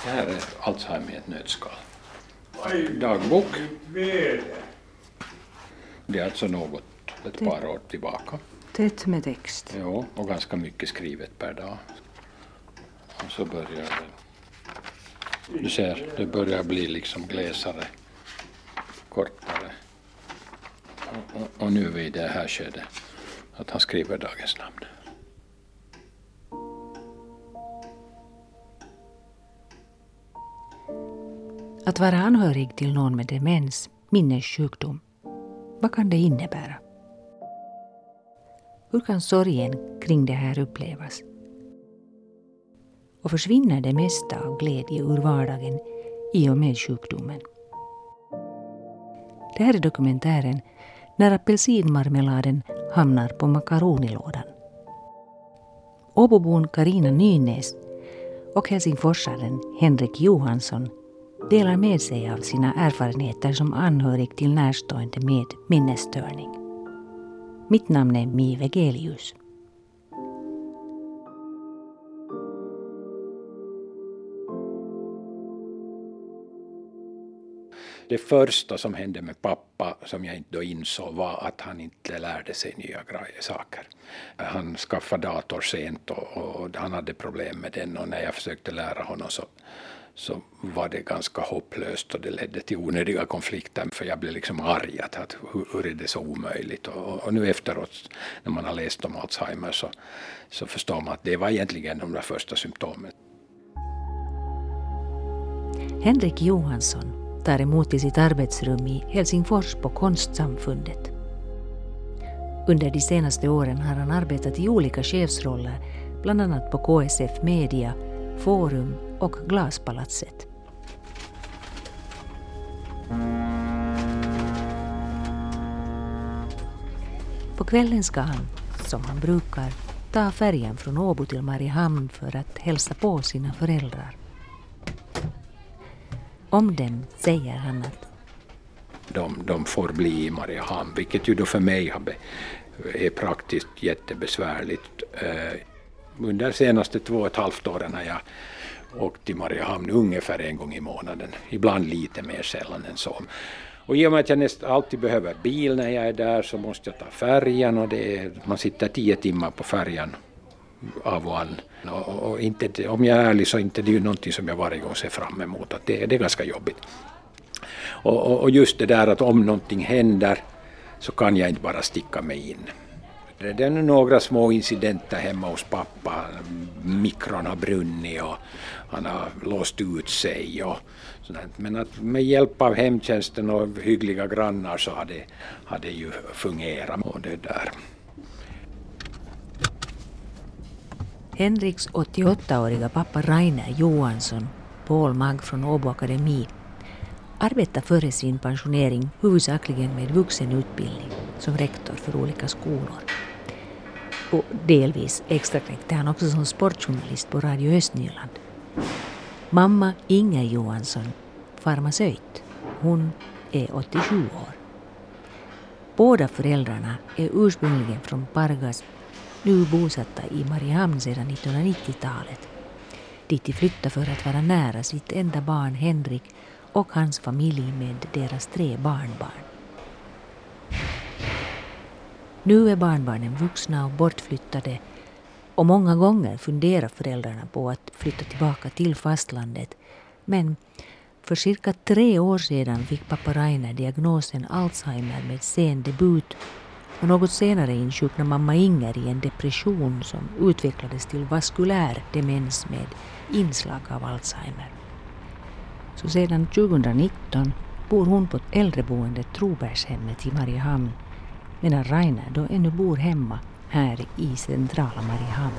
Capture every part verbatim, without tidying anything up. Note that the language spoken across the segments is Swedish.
Det här är Alzheimer i ett nötskal. Dagbok. Det är alltså något ett det, par år tillbaka. Tätt med text. Ja, och ganska mycket skrivet per dag. Och så börjar det. Du ser, det börjar bli liksom glesare, kortare. Och, och, och nu är vi i det här skedet att han skriver dagens namn. Att vara anhörig till någon med demens, minnessjukdom, vad kan det innebära? Hur kan sorgen kring det här upplevas? Och försvinner det mesta av glädje ur vardagen i och med sjukdomen? Det här är dokumentären När apelsinmarmeladen hamnar på makaronilådan. Åbobon Carina Nynäs och helsingforsaren Henrik Johansson delar med sig av sina erfarenheter som anhörig till närstående med minnesstörning. Mitt namn är Mi Vegelius. Det första som hände med pappa som jag inte då insåg var att han inte lärde sig nya grejer, saker. Han skaffade dator sent och, och han hade problem med den, och när jag försökte lära honom så, så var det ganska hopplöst och det ledde till onödiga konflikter, för jag blev liksom arg att, att hur, hur är det så omöjligt, och, och nu efteråt när man har läst om Alzheimer så, så förstår man att det var egentligen de där första symptomen. Henrik Johansson tar emot i sitt arbetsrum i Helsingfors på Konstsamfundet. Under de senaste åren har han arbetat i olika chefsroller, bland annat på K S F Media, Forum och Glaspalatset. På kvällen ska han, som han brukar, ta färjan från Åbo till Mariehamn för att hälsa på sina föräldrar. Om dem säger han att de, de får bli i Mariehamn, vilket ju då för mig är praktiskt jättebesvärligt. Under de senaste två och ett halvt åren har jag åkt till Mariehamn ungefär en gång i månaden, ibland lite mer sällan än så. Och i och med att jag nästan alltid behöver bil när jag är där så måste jag ta färjan, och det är, man sitter tio timmar på färjan av och an. Och, och inte, om jag är ärlig så inte det är ju någonting som jag varje gång ser fram emot, att det, det är ganska jobbigt. Och, och, och just det där att om någonting händer så kan jag inte bara sticka mig in. Det är några små incidenter hemma hos pappa. Mikron har brunnit och han har låst ut sig och sådant. Men att med hjälp av hemtjänsten och hyggliga grannar så har det, har det ju fungerat. Och det där. Henriks åttioåttaåriga pappa Rainer Johansson, Paul Mag från Åbo Akademi, arbetar före sin pensionering huvudsakligen med vuxenutbildning som rektor för olika skolor. Och delvis extraknäckte han också som sportjournalist på Radio Östnyland. Mamma Inger Johansson, farmaceut, hon är åttiosju år. Båda föräldrarna är ursprungligen från Pargas, nu bosatta i Mariehamn sedan nittonhundranittiotalet. Dit de flyttade för att vara nära sitt enda barn Henrik och hans familj med deras tre barnbarn. Nu är barnbarnen vuxna och bortflyttade, och många gånger funderar föräldrarna på att flytta tillbaka till fastlandet. Men för cirka tre år sedan fick pappa Rainer diagnosen Alzheimer med sen debut, och något senare insjuknade mamma Inger i en depression som utvecklades till vaskulär demens med inslag av Alzheimer. Så sedan tjugonitton bor hon på ett äldreboende Trobergshemmet i Mariehamn, medan Rainer då ännu bor hemma här i centrala Mariehamn.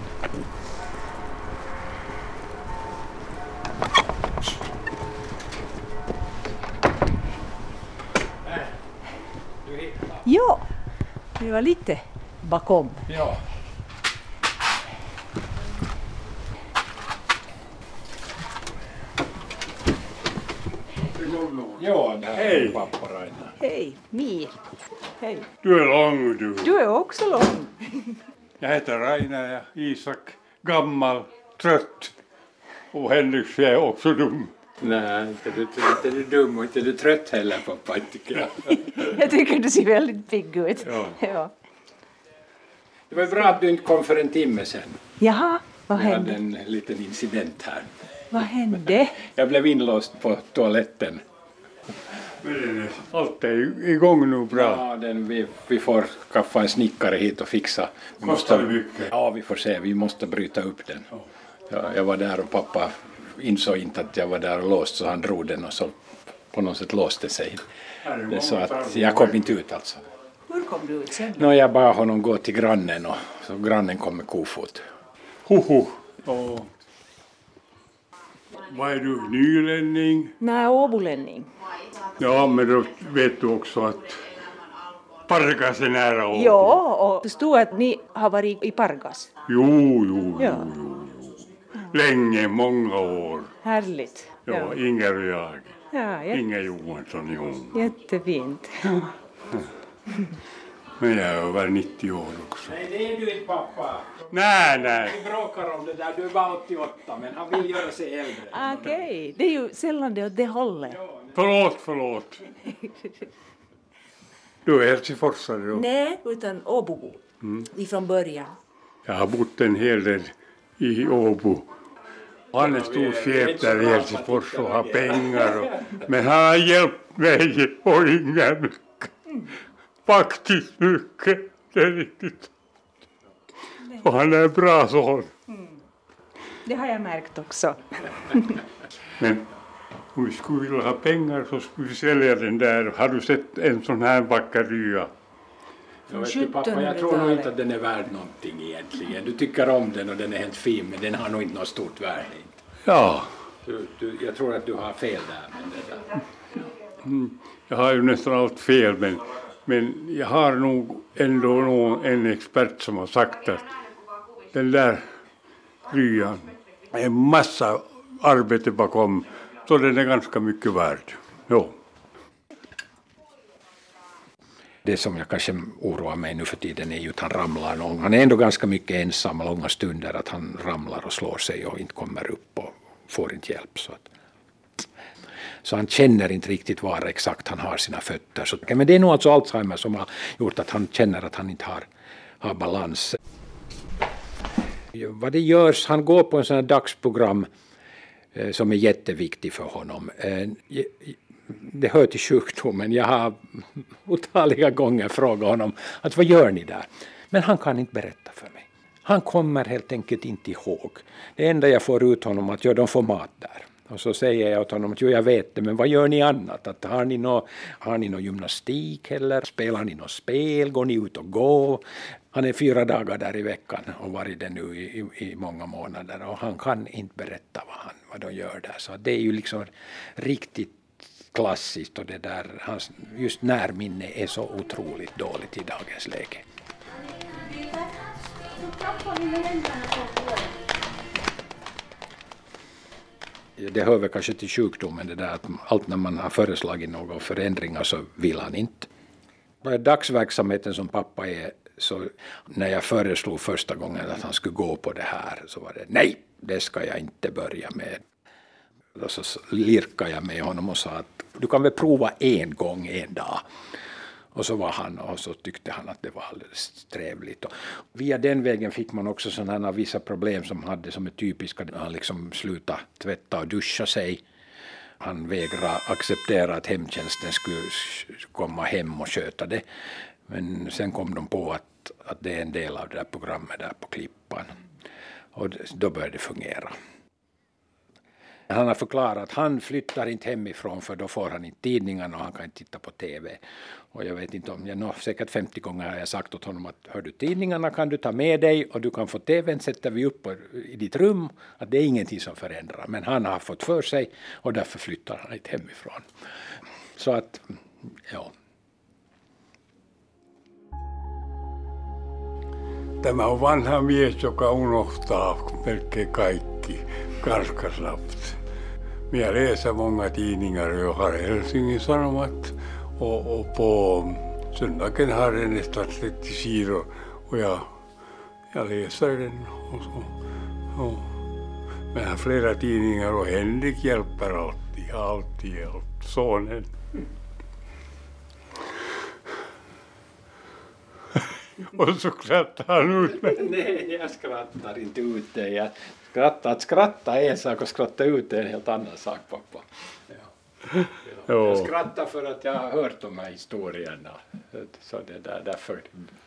Ja, det var lite bakom. Ja. Ja, det här är pappa Rainer. Hej, Mi. Hej. Du är lång du. Du är också lång. Jag heter Rainer, Isak, gammal, trött Och Henrik är också dum. Nej, inte du, inte du dum och inte du trött heller, pappa, tycker jag. Jag tycker du ser väldigt pigg ut. Ja. Ja. Det var bra att du inte kom för en timme sedan. Jaha, vad Jag hade hände? en liten incident här. Vad hände? Jag blev inlåst på toaletten. Men allt är igång nu bra. Ja, den, vi, vi får skaffa en snickare hit och fixa. Vi Kostar det mycket? Ja, vi får se. Vi måste bryta upp den. Ja, jag var där och pappa insåg inte att jag var där och låst, så han drog den och så på något sätt låste sig. Det så att jag kom inte ut alltså. Hur kom du ut sen? Nå, jag bad honom gå till grannen och så grannen kom med kofot. Hoho. Och vad är du, nylänning? Nej, åbolänning. Ja, men då vet du också att Pargas är nära Åbo. Ja, och det stod att ni har varit i Pargas. Jo, jo, Ja. jo, jo, jo. Länge, många år. Härligt. Ja, Inger och jag. Ja, jä- Inger Johansson, jo. jättefint. Men jag är över nittio år också. Nej, det är du inte, pappa. Nej, nej. Vi bråkar om det där. Du är bara åttioåtta, men han vill göra sig äldre. Okej, det är ju sällan det åt det hållet. Förlåt, förlåt. Du är helsingforsare då. Nej, utan Åbobo. Ifrån början. Jag har bott en hel del i Åbo. Han är stor chef där i Helsingfors och har pengar. Och, men han har hjälpt mig och Inger mycket. Faktiskt mycket. Det är riktigt. Och han är bra son. Det har jag märkt också. Men om vi skulle vilja ha pengar så skulle vi sälja den där. Har du sett en sån här vacker rya? Jag, vet du, pappa, jag tror nog inte att den är värd någonting egentligen. Du tycker om den och den är helt fin, men den har nog inte något stort värde. Ja. Du, du, jag tror att du har fel där med det där. Mm. Jag har ju nästan allt fel, men, men jag har nog ändå någon, en expert som har sagt att den där ryan är en massa arbete bakom, så den är ganska mycket värd. Jo. Det som jag kanske oroar mig nu för tiden är ju att han ramlar någon. Han är ändå ganska mycket ensam långa stunder, att han ramlar och slår sig och inte kommer upp och får inte hjälp. Så, att, så han känner inte riktigt var exakt han har sina fötter. Så, men det är nog alltså Alzheimer som har gjort att han känner att han inte har, har balans. Vad det görs, han går på en sån här dagsprogram eh, som är jätteviktig för honom. Eh, det hör till sjukdomen. Jag har otaliga gånger frågat honom att vad gör ni där? Men han kan inte berätta för mig. Han kommer helt enkelt inte ihåg. Det enda jag får ut honom att ja, de får mat där. Och så säger jag åt honom att jo, jag vet det, men vad gör ni annat? Att har ni någon har ni någon gymnastik eller spelar ni något spel? Går ni ut och går? Han är fyra dagar där i veckan och varit det nu i, i, i många månader. Och han kan inte berätta vad, han, vad de gör där. Så det är ju liksom riktigt klassiskt, och det där, hans just närminne är så otroligt dåligt i dagens läge. Det hör väl kanske till sjukdomen det där att allt när man har föreslagit några förändringar så vill han inte. Dagsverksamheten som pappa är, så när jag föreslog första gången att han skulle gå på det här så var det nej, det ska jag inte börja med. Och så lirkade jag med honom och sa att du kan väl prova en gång en dag. Och så var han, och så tyckte han att det var alldeles trevligt. Och via den vägen fick man också sådana vissa problem som hade som är typiska. Han liksom slutade tvätta och duscha sig. Han vägrade acceptera att hemtjänsten skulle komma hem och sköta det. Men sen kom de på att, att det är en del av det där programmet där på Klippan. Och då började det fungera. Han har förklarat att han flyttar inte hemifrån för då får han inte tidningarna och han kan inte titta på tv. Och jag vet inte om, jag nå, säkert femtio gånger har jag sagt åt honom att hör du, tidningarna kan du ta med dig och du kan få tvn sätter vi upp i ditt rum. Att det är ingenting som förändrar. Men han har fått för sig och därför flyttar han inte hemifrån. Så att, ja. Tämä on vanha mies, joka unohtaa melkein kaikki ganska snabbt. Men jag läser många tidningar. Jag har Helsingin Sanomat och, och på söndagen har den nästan trettio sidor och jag, jag läser den. Och så, och. Men jag har flera tidningar och Henrik hjälper alltid, alltid hjälpt sonen. Och så skrattar han ut mig. Nej, jag skrattar inte ut det. Jag skrattar, att skratta är en sak och skratta ut är en helt annan sak, pappa. Ja. Ja. Jag skrattar för att jag har hört de här historierna. Så det där, därför...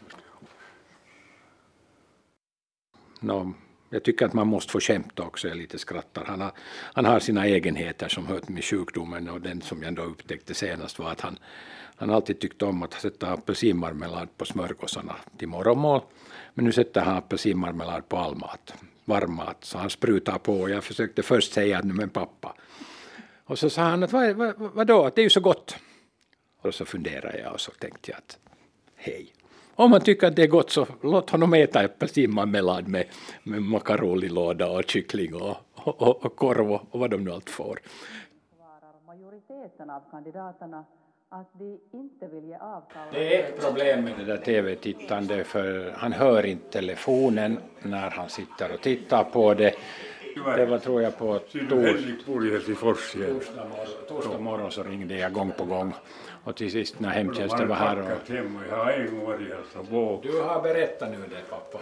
No, jag tycker att man måste få skämta också, jag lite skrattar. Han har, han har sina egenheter som hör med sjukdomen, och den som jag ändå upptäckte senast var att han, han alltid tyckte om att sätta apelsinmarmelad på smörgåsarna till morgonmål. Men nu sätter han apelsinmarmelad på all mat, varm mat, så han sprutar på, och jag försökte först säga att nu men pappa. Och så sa han att vad, vad, vadå, att det är ju så gott. Och så funderade jag och så tänkte jag att hej. Om man tycker att det är gott så låt honom äta apelsinmarmelad med, med makarolilåda och kyckling och, och, och korv och vad de nu allt får. Majoriteten av kandidaterna att de inte vill ge avtal. Det är ett problem med det där tv-tittande, för han hör inte telefonen när han sitter och tittar på det. Det var, tror jag, på torsdag, torsdag morgon så ringde jag gång på gång. Och till sist när hemtjänsten var här. Och... Du har berättat nu det, pappa.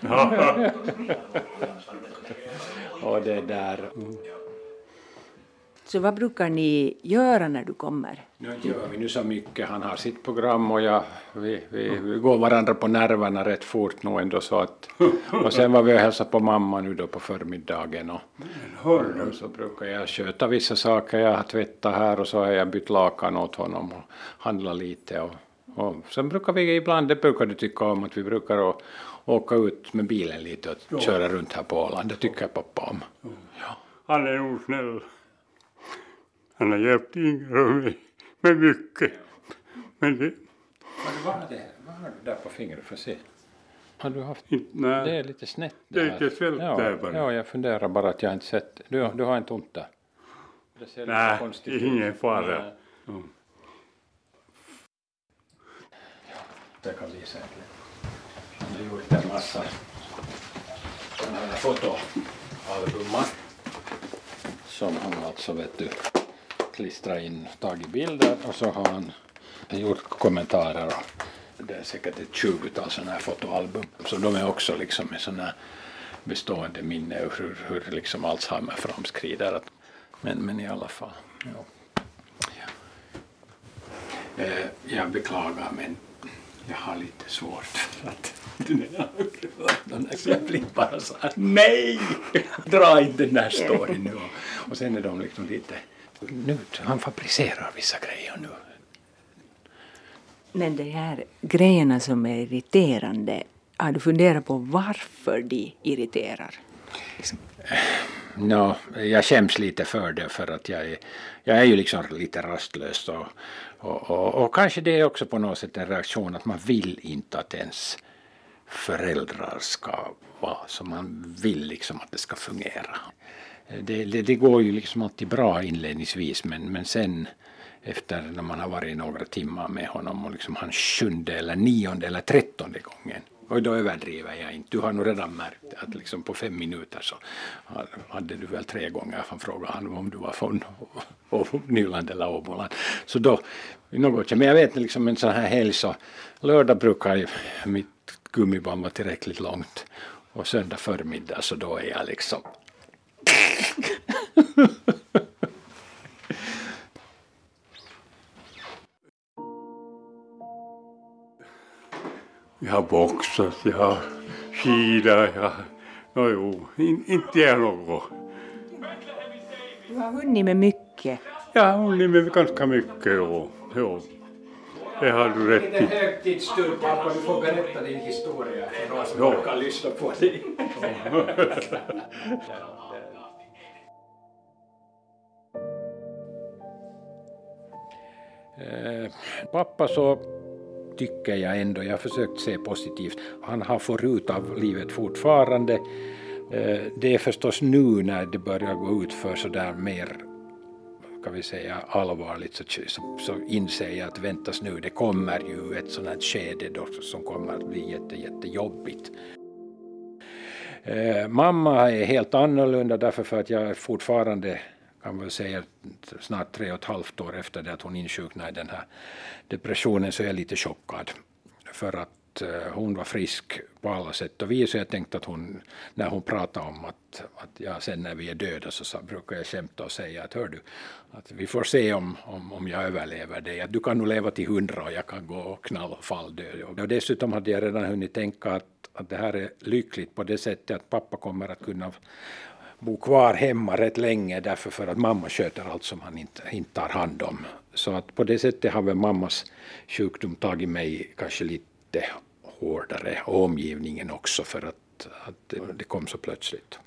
Och det där... Så vad brukar ni göra när du kommer? Nu gör vi nu så mycket. Han har sitt program och jag, vi, vi, vi går varandra på nerverna rätt fort nu ändå. Så att, och sen var vi och hälsade på mamma nu då på förmiddagen. Och, och så brukar jag köta vissa saker. Jag har tvättat här och så har jag bytt lakan åt honom och handlat lite. Och, och sen brukar vi ibland, det brukar du tycka om, att vi brukar å, åka ut med bilen lite och ja. köra runt här på Åland. Det tycker jag pappa om. Ja. Han är nog snäll. Han har hjälpt Inger och mig med mycket. Men det... Vad har det? Vad har du där på fingret för att se? Har du haft... Nej. Det är lite snett det där. Det är lite svält ja, där bara. Ja, jag funderar bara att jag inte sett... Du, du har inte ont där? Det ser Nej, konstigt ingen fara. Mm. Ja, det kan bli säkert. Han har gjort en massa sådana här fotoalbumar. Som han alltså, vet du, klistrat in, tagit bilder, och så har han gjort kommentarer. Det är säkert ett tjugotal sådana här fotoalbum. Så de är också liksom en sån här bestående minne hur, hur liksom Alzheimer framskrider. Men, men i alla fall. Ja. Ja. Eh, jag beklagar, men jag har lite svårt att... Jag blir bara så här, nej, dra inte den här storyn nu. Och sen är de liksom lite, nu, han fabricerar vissa grejer nu. Men de här grejerna som är irriterande, har du funderat på varför de irriterar? Liksom. No, jag skäms lite för det, för att jag är, jag är ju liksom lite rastlös. Och, och, och, och kanske det är också på något sätt en reaktion att man vill inte att ens föräldrar ska vara som man vill liksom att det ska fungera. Det, det, det går ju liksom alltid bra inledningsvis, men, men sen efter när man har varit några timmar med honom och liksom han sjunde eller nionde eller trettonde gången, och då överdriver jag inte. Du har nog redan märkt att liksom på fem minuter så hade du väl tre gånger han frågade han om du var från Nyland eller Åboland. Så då, något, men jag vet liksom en sån här helg så lördag brukar mitt gummiband vara tillräckligt långt, och söndag förmiddag så då är jag liksom jag har boxat, jag har skidat, jag no, jo, in, inte jag något. Du har hunnit med mycket. Jag har hunnit med ganska mycket, jo. jo. Det har du rätt i. Det är en högtidsstund, pappa, du får berätta din historia för någon som ja. kan lyssna på dig. eh, pappa så tycker jag ändå, jag har försökt se positivt. Han har fått ut av livet fortfarande. Eh, det är förstås nu när det börjar gå ut för så där mer, kan vi säga, allvarligt, så, så, så inser jag att väntas nu, det kommer ju ett sådant här skede då, som kommer att bli jätte, jättejobbigt. Eh, mamma är helt annorlunda därför för att jag är fortfarande, kan väl säga snart tre och ett halvt år efter det att hon insjuknade i den här depressionen, så är jag lite chockad. För att eh, hon var frisk på alla sätt och vis, så jag tänkte att hon, när hon pratade om att, att ja, sen när vi är döda så, så brukar jag skämta och säga att hör du, att vi får se om, om, om jag överlever det. Att du kan nog leva till hundra och jag kan gå och knallfall dö. Och dessutom hade jag redan hunnit tänka att, att det här är lyckligt på det sättet att pappa kommer att kunna bo kvar hemma rätt länge därför för att mamma sköter allt som han inte, inte tar hand om. Så att på det sättet har väl mammas sjukdom tagit mig kanske lite hårdare, och omgivningen också, för att, att det, det kom så plötsligt.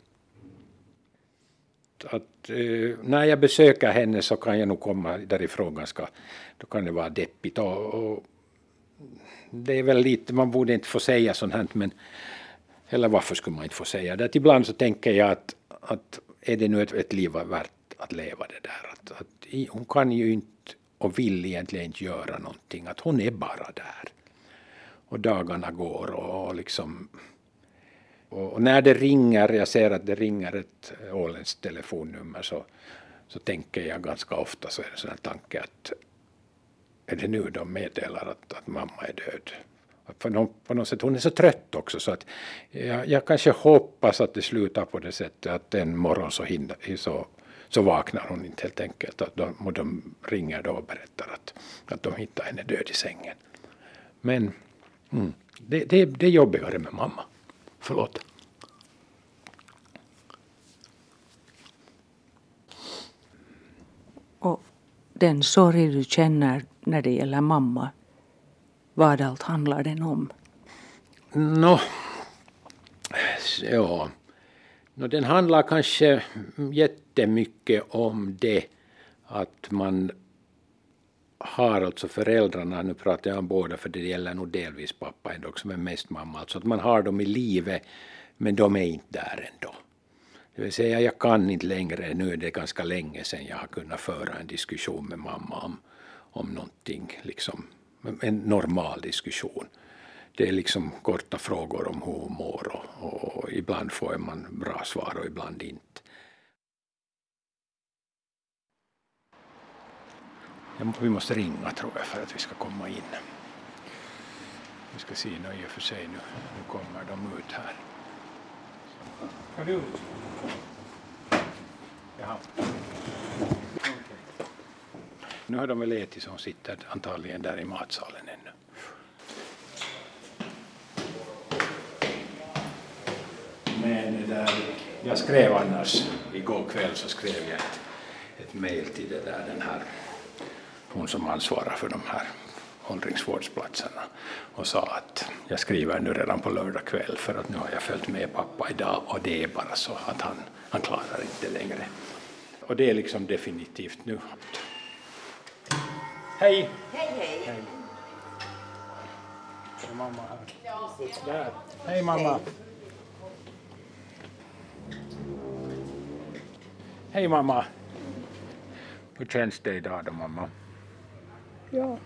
Att, eh, när jag besöker henne så kan jag nog komma därifrån ganska, då kan det vara deppigt. Och, och det är väl lite, man borde inte få säga sånt här, men eller varför skulle man inte få säga det? Att ibland så tänker jag att, att är det nu ett, ett liv värt att leva det där? Att, att hon kan ju inte och vill egentligen inte göra någonting. Att hon är bara där. Och dagarna går och, och liksom... Och, och när det ringer, jag ser att det ringer ett åländskt telefonnummer, så, så tänker jag ganska ofta, så är det en sån här tanke att är det nu de meddelar att, att mamma är död? På något, på något sätt, hon är så trött också, så att jag, jag kanske hoppas att det slutar på det sättet att en morgon så, hinner, så, så vaknar hon inte helt enkelt. Att de, och de ringer då och berättar att, att de hittar henne död i sängen. Men mm, det, det, det är jobbigare med mamma. Förlåt. Och den sorg du känner när det gäller mamma, vad allt handlar den om? Nå, ja. Nå, den handlar kanske jättemycket om det att man har alltså föräldrarna, nu pratar jag om båda för det gäller nog delvis pappa ändå också, men mest mamma, alltså att man har dem i livet men de är inte där ändå. Det vill säga jag kan inte längre, nu är det ganska länge sedan jag har kunnat föra en diskussion med mamma om, om någonting, liksom en normal diskussion. Det är liksom korta frågor om hur hon mår och, och ibland får man bra svar och ibland inte. Vi måste ringa tror jag för att vi ska komma in. Vi ska se nu i och för sig nu, nu kommer de ut här. Ska du ut? Jaha. Okay. Nu har de väl ätit som sitter antagligen där i matsalen ännu. Men det där, jag skrev annars, igår kväll så skrev jag ett, ett mejl till det där, den här, hon som ansvarar för de här åldringsvårdsplatserna, och sa att jag skriver nu redan på lördag kväll för att nu har jag följt med pappa idag och det är bara så att han, han klarar inte längre. Och det är liksom definitivt nu. Hej! Hej, hej! Hej. Är mamma här? Ja. Där. Hej mamma! Hej. Hej mamma! Hur känns det idag då mamma? Ja,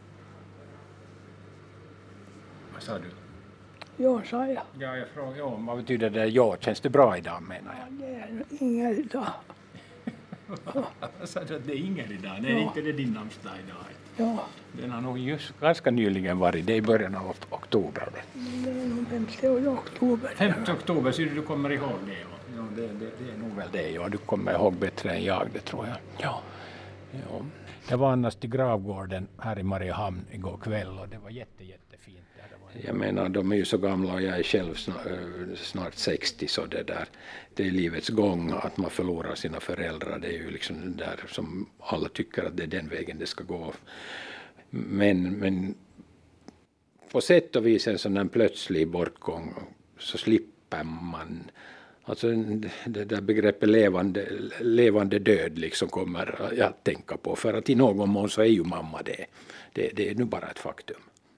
Vad sa du? ja sa jag. Ja, jag frågade ja, vad betyder det ja? Känns det bra idag menar jag? Det är ingen idag. Vad sa du att det är ingen idag? Nej, ja. Inte det din namnsdag idag. Ja. Den har nog just ganska nyligen varit, det är i början av oktober. Det är nog femte oktober. femte oktober, så du kommer ihåg det? Ja, ja det, det, det är nog väl det. Ja, du kommer ihåg bättre än jag, det tror jag. Ja. Ja. Jag var annars till gravgården här i Mariehamn igår kväll och det var jätte, jättefint. Jag menar, de är ju så gamla och jag är själv snart sextio, så det där, det är livets gång att man förlorar sina föräldrar. Det är ju liksom det där som alla tycker att det är den vägen det ska gå. Men, men på sätt och vis en sån här plötslig bortgång så slipper man, alltså det där begreppet levande, levande död liksom kommer jag att tänka på, för att i någon mån så är ju mamma det. Det, det är nu bara ett faktum.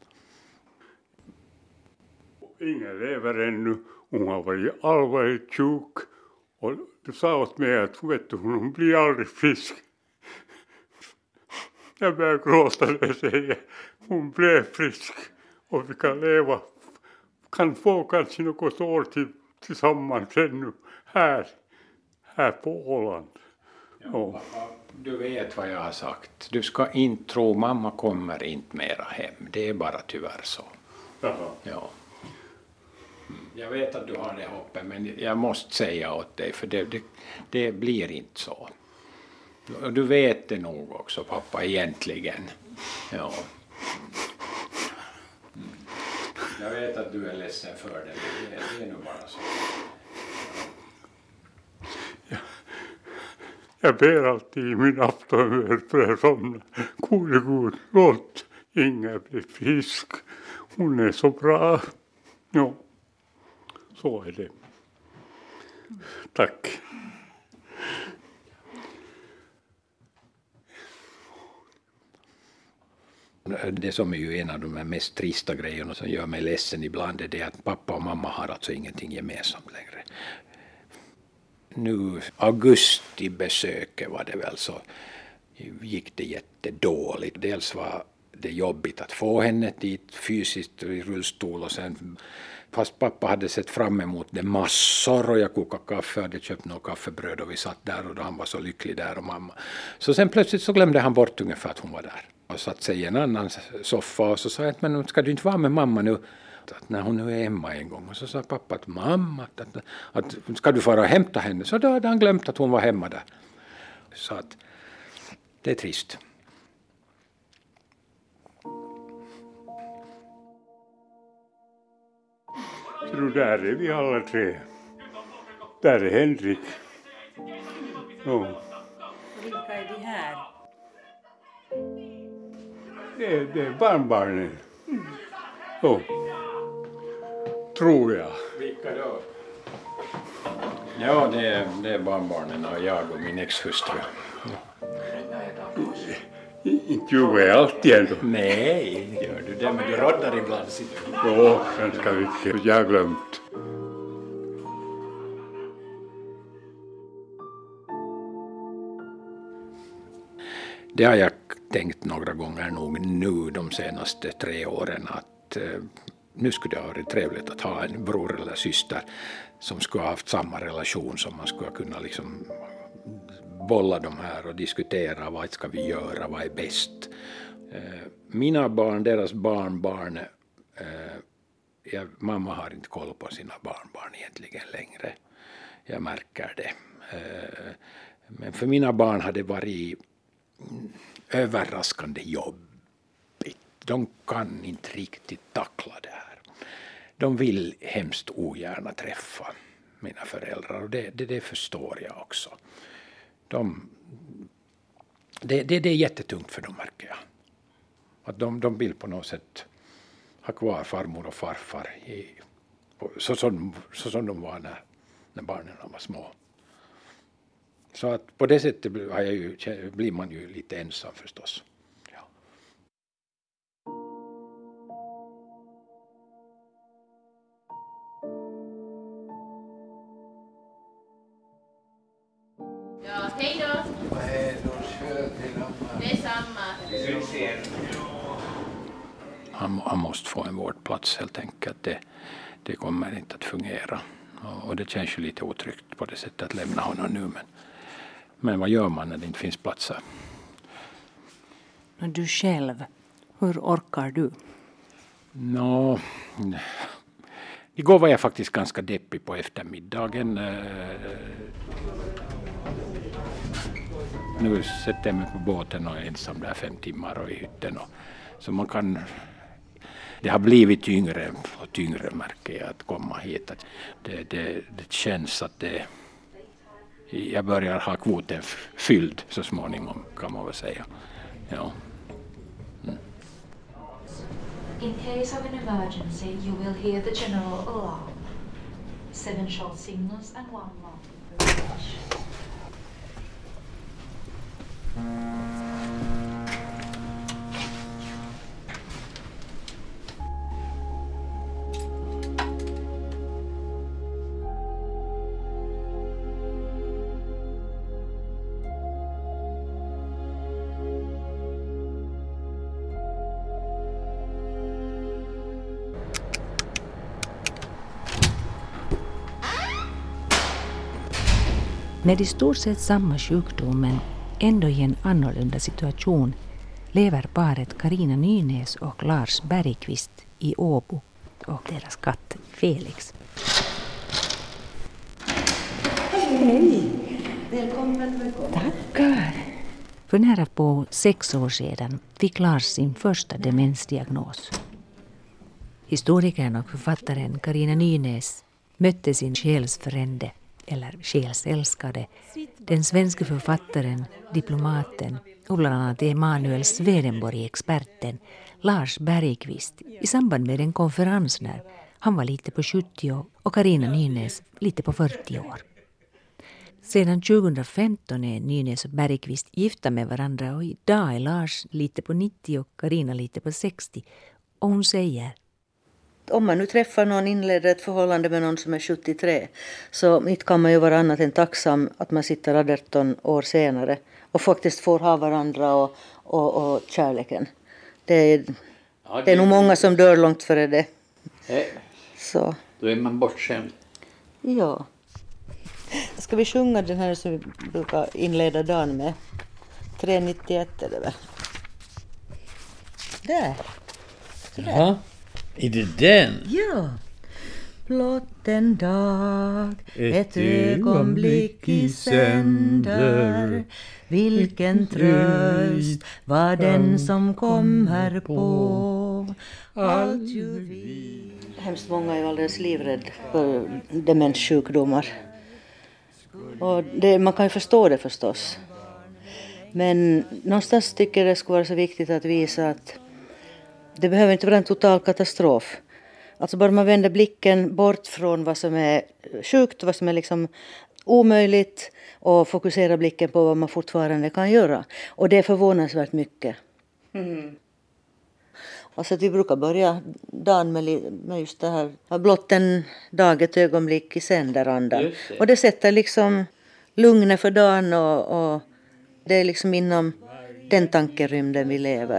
Ingen lever ännu. Hon har varit allvarligt sjuk. Och du sa åt mig att vet du, hon blir aldrig frisk. Jag börjar gråta när jag säger hon blev frisk. Och vi kan leva, kan få kanske något år till tillsammans ännu här, här på Åland. Ja, pappa, du vet vad jag har sagt. Du ska inte tro mamma kommer inte mera hem. Det är bara tyvärr så. Jaha. Ja. Jag vet att du har det hoppet, men jag måste säga åt dig, för det, det, det blir inte så. Och du vet det nog också, pappa, egentligen. Ja. Jag vet att du är ledsen för det, det är, det är nog bara så. Ja. Jag ber alltid i min aftonbön för att somna. Gode god, låt Inger bli frisk. Hon är så bra. Ja, så är det. Tack. Det som är ju en av de mest trista grejerna som gör mig ledsen ibland är det att pappa och mamma har alltså ingenting gemensamt längre. Nu augusti besöket var det väl, så gick det jättedåligt. Dels var det jobbigt att få henne dit fysiskt i rullstol, och sen fast pappa hade sett fram emot det massor och jag kokade kaffe, hade köpt något kaffebröd och vi satt där och han var så lycklig där och mamma. Så sen plötsligt så glömde han bort ungefär att hon var där. Och satt sig i en annan soffa och så sa jag, men ska du inte vara med mamma nu? Att när hon nu är hemma en gång. Och så sa pappa att mamma, att, att, att ska du fara och hämta henne? Så då hade han glömt att hon var hemma där. Så att det är trist. Så där är vi alla tre. Där är Henrik. Ja. Vilka är de här? Det är, det är barnbarnen. Mm. Ja. Tror jag. Vilka då? Ja, det är, det är barnbarnen och jag och min exhustru. Ja. Inte ljuger jag alltid ändå. Nej, gör du det, men du roddar ibland. Ja, ganska mycket. Jag har glömt. Det har jag tänkt några gånger nog nu de senaste tre åren att eh, nu skulle det ha varit trevligt att ha en bror eller syster som skulle ha haft samma relation, som man skulle kunna liksom bolla de här och diskutera vad ska vi göra, vad är bäst. Eh, mina barn, deras barnbarn, eh, jag, mamma har inte koll på sina barnbarn egentligen längre. Jag märker det. Eh, men för mina barn har det varit överraskande jobbigt. De kan inte riktigt tackla det här. De vill hemskt ogärna träffa mina föräldrar och det, det, det förstår jag också. De, det, det, det är jättetungt för dem, märker jag. Att de, de vill på något sätt ha kvar farmor och farfar i, så, som, så som de var när, när barnen var små. Så att på det sättet har jag ju, blir man ju lite ensam förstås. Ja. Ja, hej då. Hej då, sköt Det är samma. Han, han måste få en vårdplats helt enkelt. Det, det kommer inte att fungera. Och, och det känns ju lite otryggt på det sättet att lämna honom nu. Men, men vad gör man när det inte finns platser? Men du själv, hur orkar du? Nå, igår var jag faktiskt ganska deppig på eftermiddagen. Nu sätter jag mig på båten och är ensam där fem timmar och i hytten. Och, så man kan... Det har blivit tyngre och tyngre, märker jag, att komma hit. Att det, det, det känns att det... Jag börjar ha kvoten fylld så småningom, kan man väl säga. Ja. Mm. In case of an emergency, you will hear the general alarm. Seven short signals and one long approach. Med i stort sett samma sjukdom men ändå i en annorlunda situation lever paret Carina Nynäs och Lars Bergqvist i Åbo och deras katt Felix. Hej! Välkommen, välkommen. Tackar! För nära på sex år sedan fick Lars sin första demensdiagnos. Historikern och författaren Carina Nynäs mötte sin själsfrände, eller själsälskade, den svenska författaren, diplomaten och bland annat Emanuel Swedenborg-experten Lars Bergqvist i samband med en konferens när han var lite på sjuttio och Carina Nynäs lite på fyrtio år. Sedan tjugohundrafemton är Nynäs och Bergqvist gifta med varandra och idag är Lars lite på nittio och Carina lite på sextio. Och hon säger: Om man nu träffar någon, inleder ett förhållande med någon som är sjuttiotre, så inte kan man ju vara annat än tacksam att man sitter arton år senare och faktiskt får ha varandra och, och, och kärleken. Det är, Ja, det, det är nog många som dör långt före det. Eh, Så. Då är man bortskämd. Ja. Ska vi sjunga den här som vi brukar inleda dagen med? tre nittioett är det väl? Där. Jaha, är det den? Ja. Blott en dag, ett ögonblick i sänder. Vilken tröst var den som kom här på. Allt ju vi. Hemskt många är alldeles livrädd för demenssjukdomar. Och det, man kan ju förstå det förstås. Men någonstans tycker jag det skulle vara så viktigt att visa att det behöver inte vara en total katastrof. Alltså bara man vänder blicken bort från vad som är sjukt, vad som är liksom omöjligt och fokuserar blicken på vad man fortfarande kan göra. Och det är förvånansvärt mycket. Mm. Alltså att vi brukar börja dagen med, med just det här, blott en dag, ett ögonblick i sändarandan. Och det sätter liksom lugnet för dagen och, och det är liksom inom den tankerymden vi lever.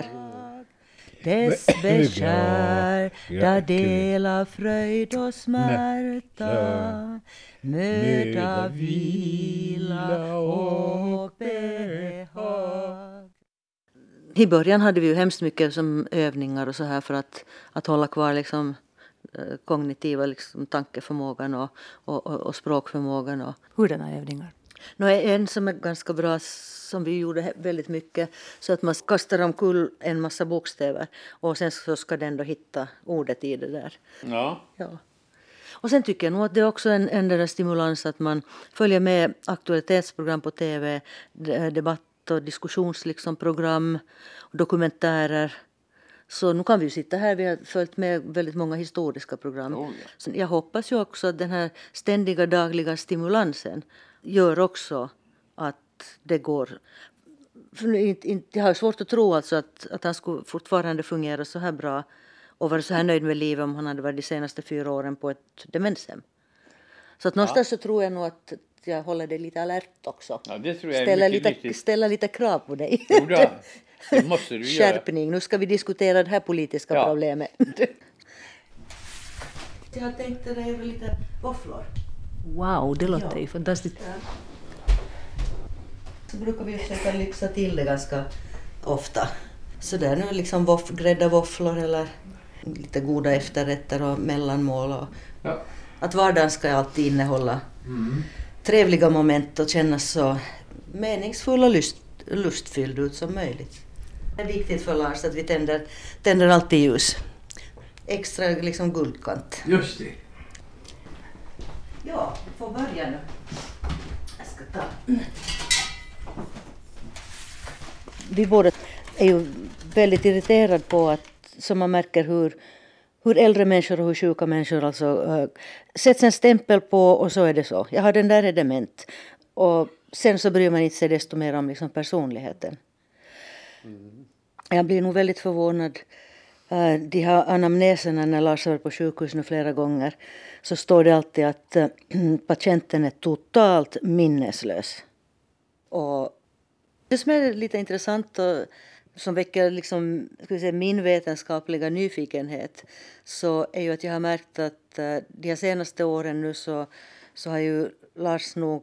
Dess beskärda dela fröjd och smärta, möda, vila och behag. I början hade vi ju hemskt mycket som övningar och så här för att, att hålla kvar liksom kognitiva liksom tankeförmågan och, och, och, och språkförmågan. Och. Hurdana övningar? Nå, en som är ganska bra som vi gjorde väldigt mycket, så att man kastar omkull en massa bokstäver och sen så ska den då hitta ordet i det där. Ja. Ja. Och sen tycker jag nog att det är också en, en där stimulans att man följer med aktualitetsprogram på tv, debatt och diskussionsprogram, dokumentärer. Så nu kan vi ju sitta här, vi har följt med väldigt många historiska program. Oh, ja. Så jag hoppas ju också att den här ständiga dagliga stimulansen gör också att det går. För inte, inte, jag har svårt att tro alltså att, att han skulle fortfarande fungera så här bra och vara så här nöjd med livet om han hade varit de senaste fyra åren på ett demenshem. Så att någonstans ja. Så tror jag nog att jag håller det lite alert också. Ja, det tror jag är ställa, mycket lite, ställa lite krav på dig. Jo då, det måste du göra. Skärpning, nu ska vi diskutera det här politiska ja. Problemet. Jag har tänkt dig över lite våfflor. Wow, det låter ja. Ju fantastiskt. Ja. Så brukar vi försöka lyxa till det ganska ofta. Så där nu liksom voff, grädda våfflor eller lite goda efterrätter och mellanmål. Och ja. Att vardagen ska alltid innehålla mm. trevliga moment och kännas så meningsfull och lust, lustfylld ut som möjligt. Det är viktigt för Lars att vi tänder, tänder alltid ljus. Extra liksom guldkant. Just det. Ja, vi får börja nu. Jag ska ta. Vi båda är ju väldigt irriterade på att, som man märker hur, hur äldre människor och hur sjuka människor alltså äh, sätts en stämpel på och så är det så. Jag har den där är dement. Och sen så bryr man inte sig desto mer om liksom personligheten. Mm. Jag blir nog väldigt förvånad. Uh, de här anamneserna när Lars har varit på sjukhus nu flera gånger så står det alltid att uh, patienten är totalt minneslös. Och det som är lite intressant och som väcker liksom, ska vi säga, min vetenskapliga nyfikenhet så är ju att jag har märkt att uh, de här senaste åren nu så, så har ju Lars nog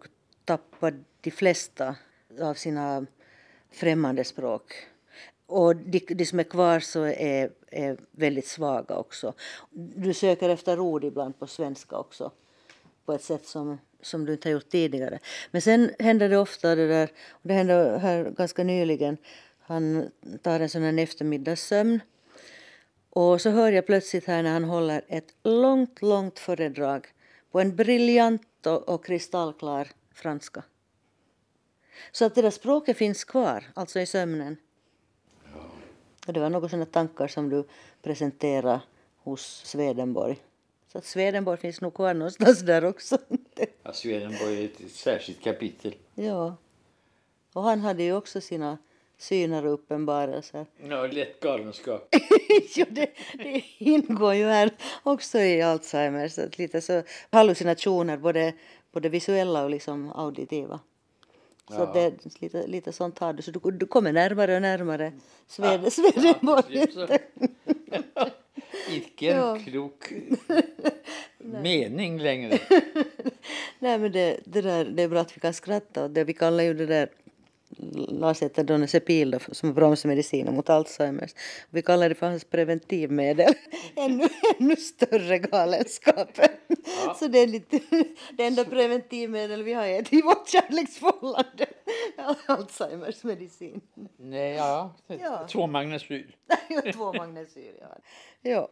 tappat de flesta av sina främmande språk. Och de, de som är kvar så är, är väldigt svaga också. Du söker efter ord ibland på svenska också. På ett sätt som, som du inte har gjort tidigare. Men sen händer det ofta det där. Och det hände här ganska nyligen. Han tar en sån här eftermiddagssömn. Och så hör jag plötsligt här när han håller ett långt, långt föredrag. På en briljant och, och kristallklar franska. Så att det där språket finns kvar. Alltså i sömnen. Och det var några sådana tankar som du presenterade hos Swedenborg. Så att Swedenborg finns nog kvar någonstans där också. Ja, Swedenborg är ett särskilt kapitel. Ja. Och han hade ju också sina syner och uppenbarelser. Ja, lätt galenskap. Jo, det, det ingår ju här också i Alzheimer. Så att lite så hallucinationer, både, både visuella och liksom auditiva. Så ja. Det är lite, lite sånt har du. Så du, du kommer närmare och närmare Sved, ja. Swedenborg. Ja, Icke en ja. klok mening längre. Nej, men det, det, där, det är bra att vi kan skratta. Det, vi kallar ju det där Lasetadonazepam som är bromsmedicin mot Alzheimers. Vi kallar det för hans preventivmedel. ännu, ännu större galenskapen. Ja. Så det är lite det enda preventivmedel vi har är i vårt kärleksförhållande. Alzheimers medicin. Nej, ja. ja. Två magnesyl. Två magnesyl, ja. Ja.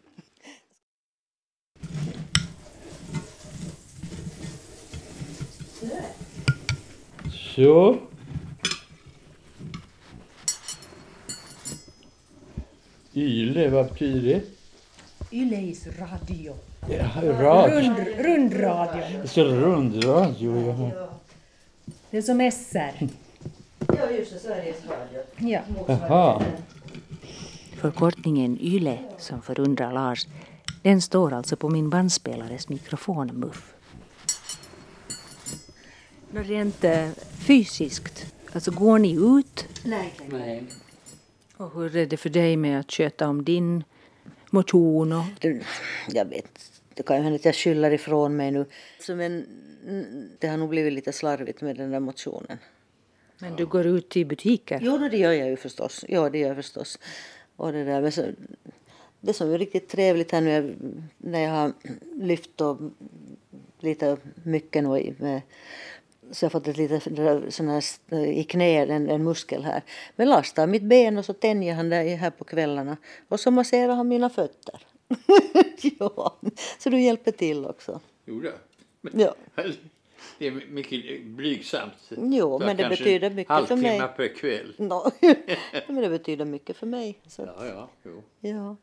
Så. Yle, vad betyder det? Yleis radio. Ja, radio. Rund, rundradio. Så rundradio, ja. Det är som S R. Ja, just det, Sveriges Radio. Ja. Aha. Förkortningen YLE, som förundrar Lars, den står alltså på min bandspelares mikrofonmuff. Rent fysiskt, alltså går ni ut? Nej. Nej. Och hur är det för dig med att köta om din motion? Och... Det, jag vet, det kan ju hända att jag skyller ifrån mig nu. Så men det har nog blivit lite slarvigt med den där motionen. Men du går ut i butiker? Jo, det gör jag ju förstås. Ja, det gör jag förstås. Och det där, men så, det som är riktigt trevligt här nu när jag har lyft och lite mycket nu med... Så jag har fått ett litet sån här i knät, en, en muskel här. Men lastar mitt ben och så tänjer han där här på kvällarna. Och så masserar han mina fötter. Ja, så du hjälper till också. Jo då. Ja. Det är mycket blygsamt. Jo, men det betyder mycket för mig. Halvtimme per kväll. No. Men det betyder mycket för mig. Så. Ja, ja. Jo. Ja.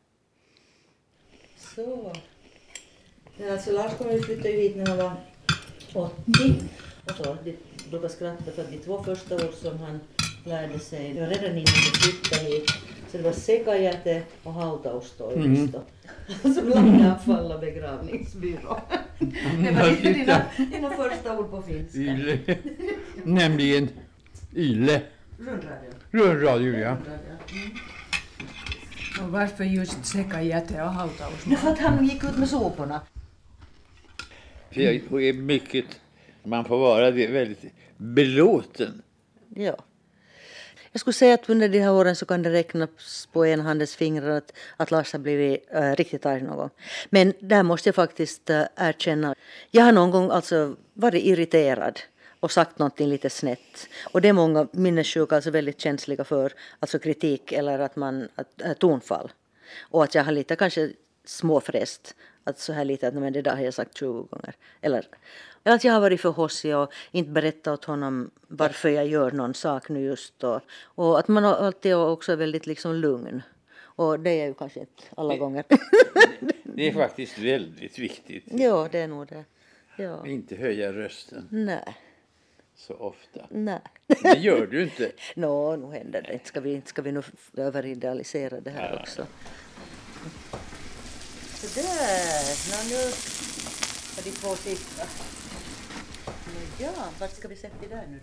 Så. Men alltså Lars kommer ju flytta hit när han var åttio. Och så, de brukar skratta för att de två första år som han lärde sig, det var redan innan de flyttade hit, så det var sekajäte och hautaustoimisto. Mm. Så glömde han falla begravningsbyrå. Det var dina, dina första ord på finska. Yle. Nämligen Yle. Rundradio. Rundradio, ja. Mm. Och varför just sekajäte och hautaustoimisto? För att han gick ut med soporna. För jag är mycket... Man får vara det väldigt belåten. Ja. Jag skulle säga att under de här åren så kan det räknas på en handens fingrar att, att Lars har blivit äh, riktigt arg någon gång. Men där måste jag faktiskt äh, erkänna. Jag har någon gång alltså varit irriterad och sagt någonting lite snett. Och det är många minnessjuka alltså väldigt känsliga för alltså kritik eller att man, att, äh, tonfall. Och att jag har lite kanske småfräst. Att så här lite att men det där har jag sagt tjugo gånger. Eller... Eller att jag har varit för hossig och inte berättat åt honom varför jag gör någon sak nu just då. Och att man alltid också är väldigt liksom lugn. Och det är ju kanske inte alla det, gånger. Det är faktiskt väldigt viktigt. Ja, det är nog det. Ja. Inte höja rösten. Nej. Så ofta. Nej. Det gör du inte. Nå, no, nu händer det. Inte ska vi, inte ska vi nog överidealisera det här ja. också. Så där. Nå, nu har de två sista. Ja, vart ska vi sätta där nu?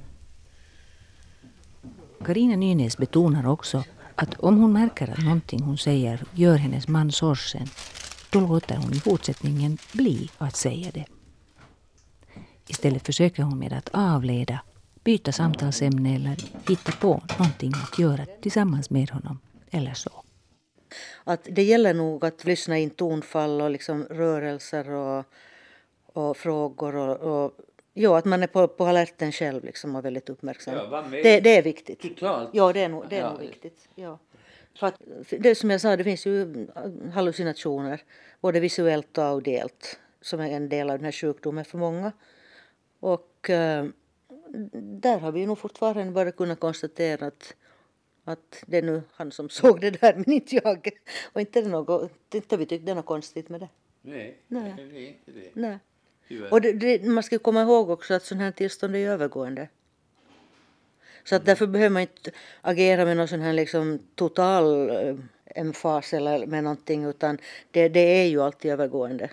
Carina Nynäs betonar också att om hon märker att någonting hon säger gör hennes man sorgsen, då låter hon i fortsättningen bli att säga det. Istället försöker hon med att avleda, byta samtalsämne eller hitta på någonting att göra tillsammans med honom eller så. Att det gäller nog att lyssna in tonfall och liksom rörelser och, och frågor och, och ja, att man är på, på alerten själv liksom och väldigt uppmärksam. Ja, det, det är viktigt. Totalt. Ja, det är nog, det är Ja. nog viktigt. Ja. För att, det som jag sa, det finns ju hallucinationer, både visuellt och audiellt, som är en del av den här sjukdomen för många. Och äh, där har vi nog fortfarande bara kunnat konstatera att, att det är nu han som såg det där, men inte jag. Och inte det något, inte vi tyckte det är något konstigt med det. Nej, Nej. det är inte det. Nej. Tyvärr. Och det, det, man ska komma ihåg också att sån här tillstånd är övergående. Så att därför behöver man inte agera med någon sån här liksom total äh, emfas eller med någonting, utan det, det är ju alltid övergående.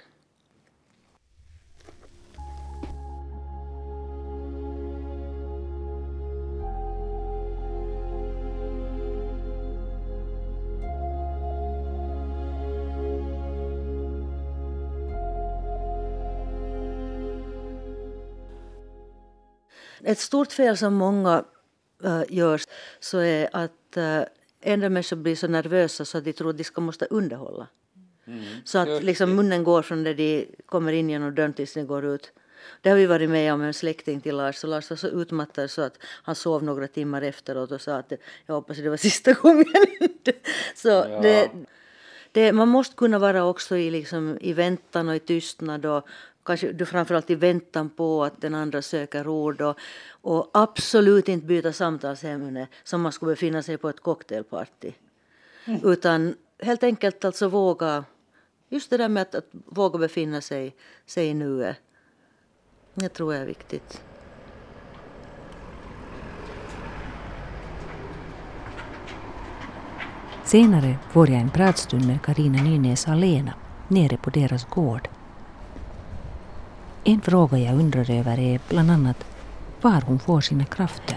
Ett stort fel som många äh, gör så är att äh, en del människor blir så nervösa så att de tror att de ska måste underhålla. Mm. Så att liksom munnen går från där de kommer in genom dörren tills de går ut. Det har vi varit med om en släkting till Lars. Och Lars var så utmattad så att han sov några timmar efteråt och sa att jag hoppas det var sista gången. Så ja. det, det, man måste kunna vara också i, liksom, i väntan och i tystnad och kanske du framförallt i väntan på att den andra söker ord och, och absolut inte byta samtalsämne som man skulle befinna sig på ett cocktailparty. Mm. Utan helt enkelt alltså våga, just det där med att, att våga befinna sig, sig i nuet. Det tror jag är viktigt. Senare får jag en pratstund med Carina Nynäs alena nere på deras gård. En fråga jag undrar över är bland annat var hon får sina krafter.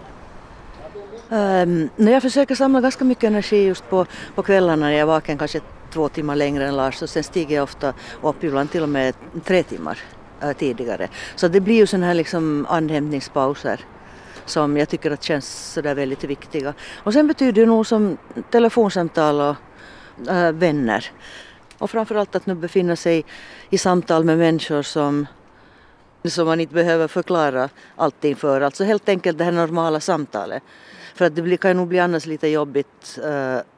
Um, när jag försöker samla ganska mycket energi just på, på kvällarna när jag är vaken kanske två timmar längre än Lars, och sen stiger jag ofta upp ibland till och med tre timmar uh, tidigare. Så det blir ju sådana här liksom andhämtningspauser som jag tycker att känns så där väldigt viktiga. Och sen betyder det nog som telefonsamtal och uh, vänner. Och framförallt att nu befinna sig i samtal med människor som, som man inte behöver förklara allting för. Alltså helt enkelt det här normala samtalet. För att det blir, kan nog bli annars lite jobbigt. Uh, uh,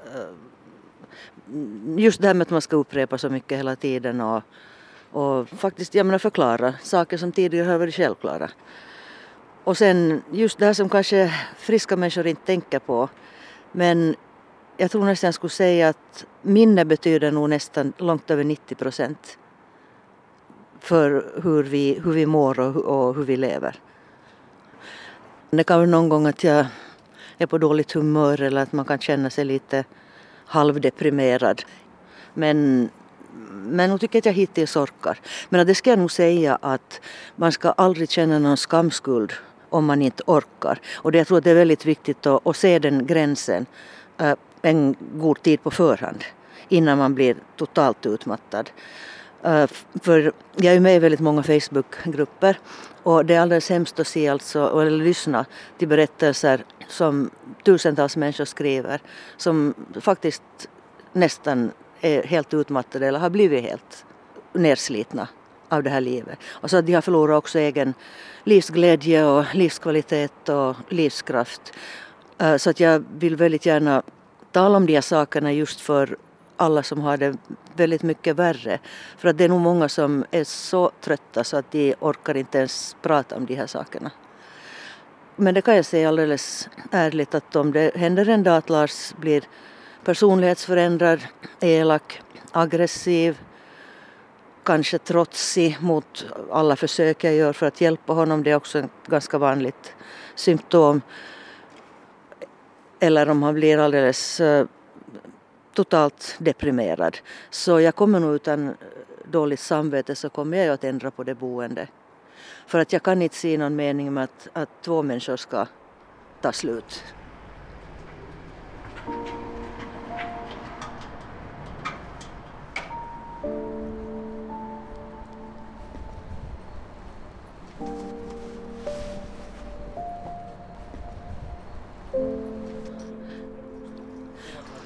just det här med att man ska upprepa så mycket hela tiden. Och, och faktiskt jag menar, förklara saker som tidigare har varit självklara. Och sen just det här som kanske friska människor inte tänker på. Men jag tror nästan jag skulle säga att minne betyder nog nästan långt över nittio procent för hur vi, hur vi mår och, och hur vi lever. Det kan vara någon gång att jag är på dåligt humör eller att man kan känna sig lite halvdeprimerad. Men, men jag tycker att jag hittills orkar. Men det ska jag nog säga att man ska aldrig känna någon skamskuld om man inte orkar. Och det, jag tror att det är väldigt viktigt att, att se den gränsen uh, en god tid på förhand innan man blir totalt utmattad. Uh, för jag är med i väldigt många Facebookgrupper och det är alldeles hemskt att se alltså, eller lyssna till berättelser som tusentals människor skriver som faktiskt nästan är helt utmattade eller har blivit helt nerslitna av det här livet. Och så att de har förlorat också egen livsglädje och livskvalitet och livskraft. Uh, så att jag vill väldigt gärna tala om de här sakerna just för alla som har det väldigt mycket värre. För att det är nog många som är så trötta så att de orkar inte ens prata om de här sakerna. Men det kan jag säga alldeles ärligt att om det händer en dag att Lars blir personlighetsförändrad, elak, aggressiv, kanske trotsig mot alla försök jag gör för att hjälpa honom. Det är också ett ganska vanligt symptom. Eller om han blir alldeles uh, totalt deprimerad. Så jag kommer nog utan dåligt samvete så kommer jag att ändra på det boende. För att jag kan inte se någon mening med att, att två människor ska ta slut.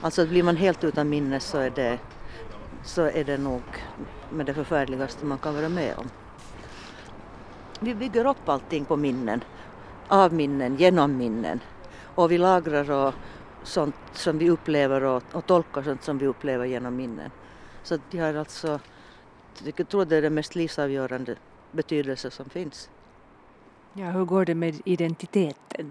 Alltså blir man helt utan minne så är det, så är det nog med det förfärligaste man kan vara med om. Vi bygger upp allting på minnen, av minnen, genom minnen. Och vi lagrar och sånt som vi upplever och, och tolkar sånt som vi upplever genom minnen. Så de har alltså, jag tror det är den mest livsavgörande betydelse som finns. Ja, hur går det med identiteten?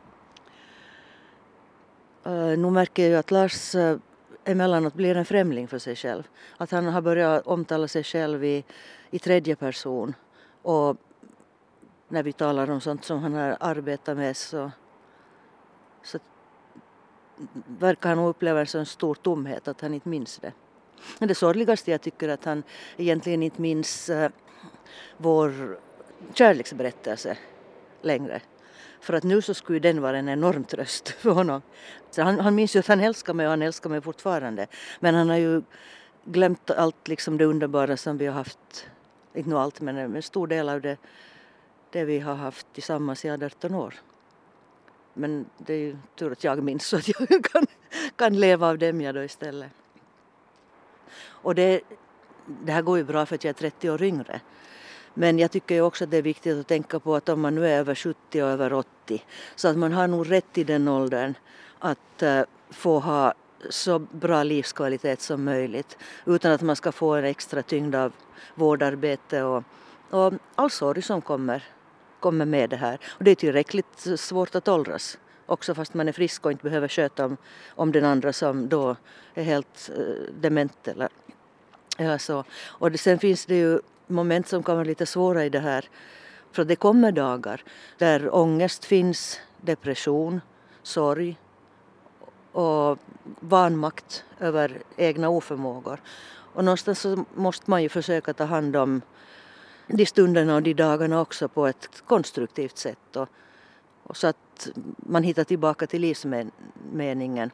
Uh, nu märker jag ju att Lars uh, emellanåt blir en främling för sig själv. Att han har börjat omtala sig själv i, i tredje person. Och när vi talar om sånt som han har arbetat med så, så verkar han uppleva en sån stor tomhet att han inte minns det. Men det sorgligaste jag tycker att han egentligen inte minns uh, vår kärleksberättelse längre. För att nu så skulle den vara en enorm tröst för honom. Så han, han minns ju att han älskar mig och han älskar mig fortfarande. Men han har ju glömt allt liksom det underbara som vi har haft. Inte nog allt men en stor del av det, det vi har haft tillsammans i arton år. Men det är ju tur att jag minns så att jag kan, kan leva av dem jag då istället. Och det, det här går ju bra för att jag är trettio år yngre. Men jag tycker också att det är viktigt att tänka på att om man nu är över sjuttio och över åttio så att man har nog rätt i den åldern att uh, få ha så bra livskvalitet som möjligt utan att man ska få en extra tyngd av vårdarbete och, och all sorg som kommer, kommer med det här. Och det är tillräckligt svårt att åldras också fast man är frisk och inte behöver sköta om, om den andra som då är helt uh, dement eller, eller så. Och det, sen finns det ju moment som kan vara lite svåra i det här. För det kommer dagar där ångest finns, depression, sorg och vanmakt över egna oförmågor. Och någonstans så måste man ju försöka ta hand om de stunderna och de dagarna också på ett konstruktivt sätt. Och, och så att man hittar tillbaka till livsmeningen.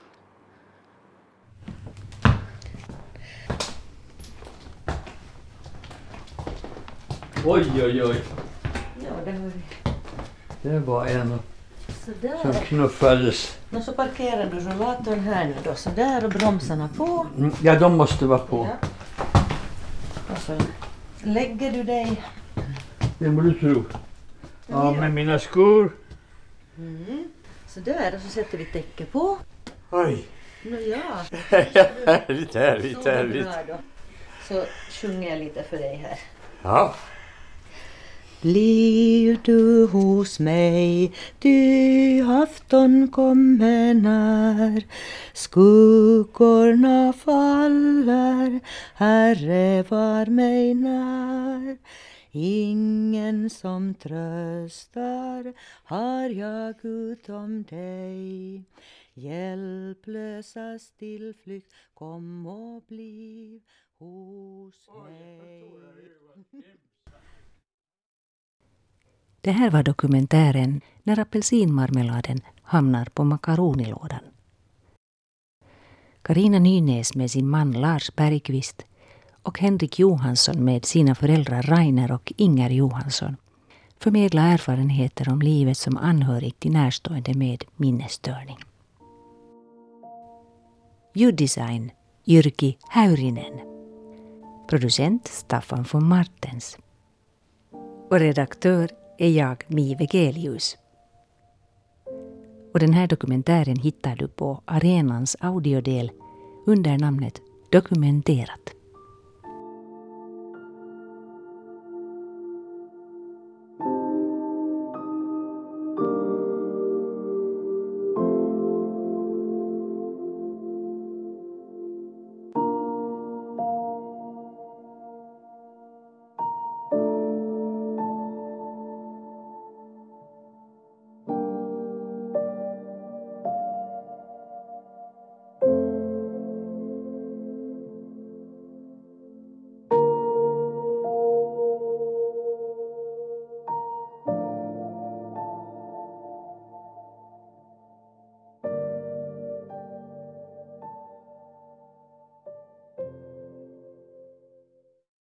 Oj, oj, oj. Ja, det var det. Det var en Sådär. som knuffades. Och så parkerar du rullatorn här nu då. Så där och bromsarna på. Mm, ja, de måste vara på. Ja. Och så lägger du dig. Det må du tro. Ja, med mina skor. Mm. Så där och så sätter vi täcke på. Oj. Nu ja. Härligt, härligt, Så härligt. bra då. Så sjunger jag lite för dig här. Ja. Blir du hos mig, ty afton kommer när skuggorna faller, Herre var mig när. Ingen som tröstar har jag utom dig, hjälplösas tillflykt kom och bliv hos mig. Det här var dokumentären När apelsinmarmeladen hamnar på makaronilådan. Carina Nynäs med sin man Lars Bergqvist och Henrik Johansson med sina föräldrar Rainer och Inger Johansson förmedlar erfarenheter om livet som anhörig till närstående med minnesstörning. Ljuddesign Jyrki Häyrinen. Producent Staffan von Martens. Och redaktör är jag, Mi Vegelius. Och den här dokumentären hittar du på Arenans audiodel under namnet Dokumenterat.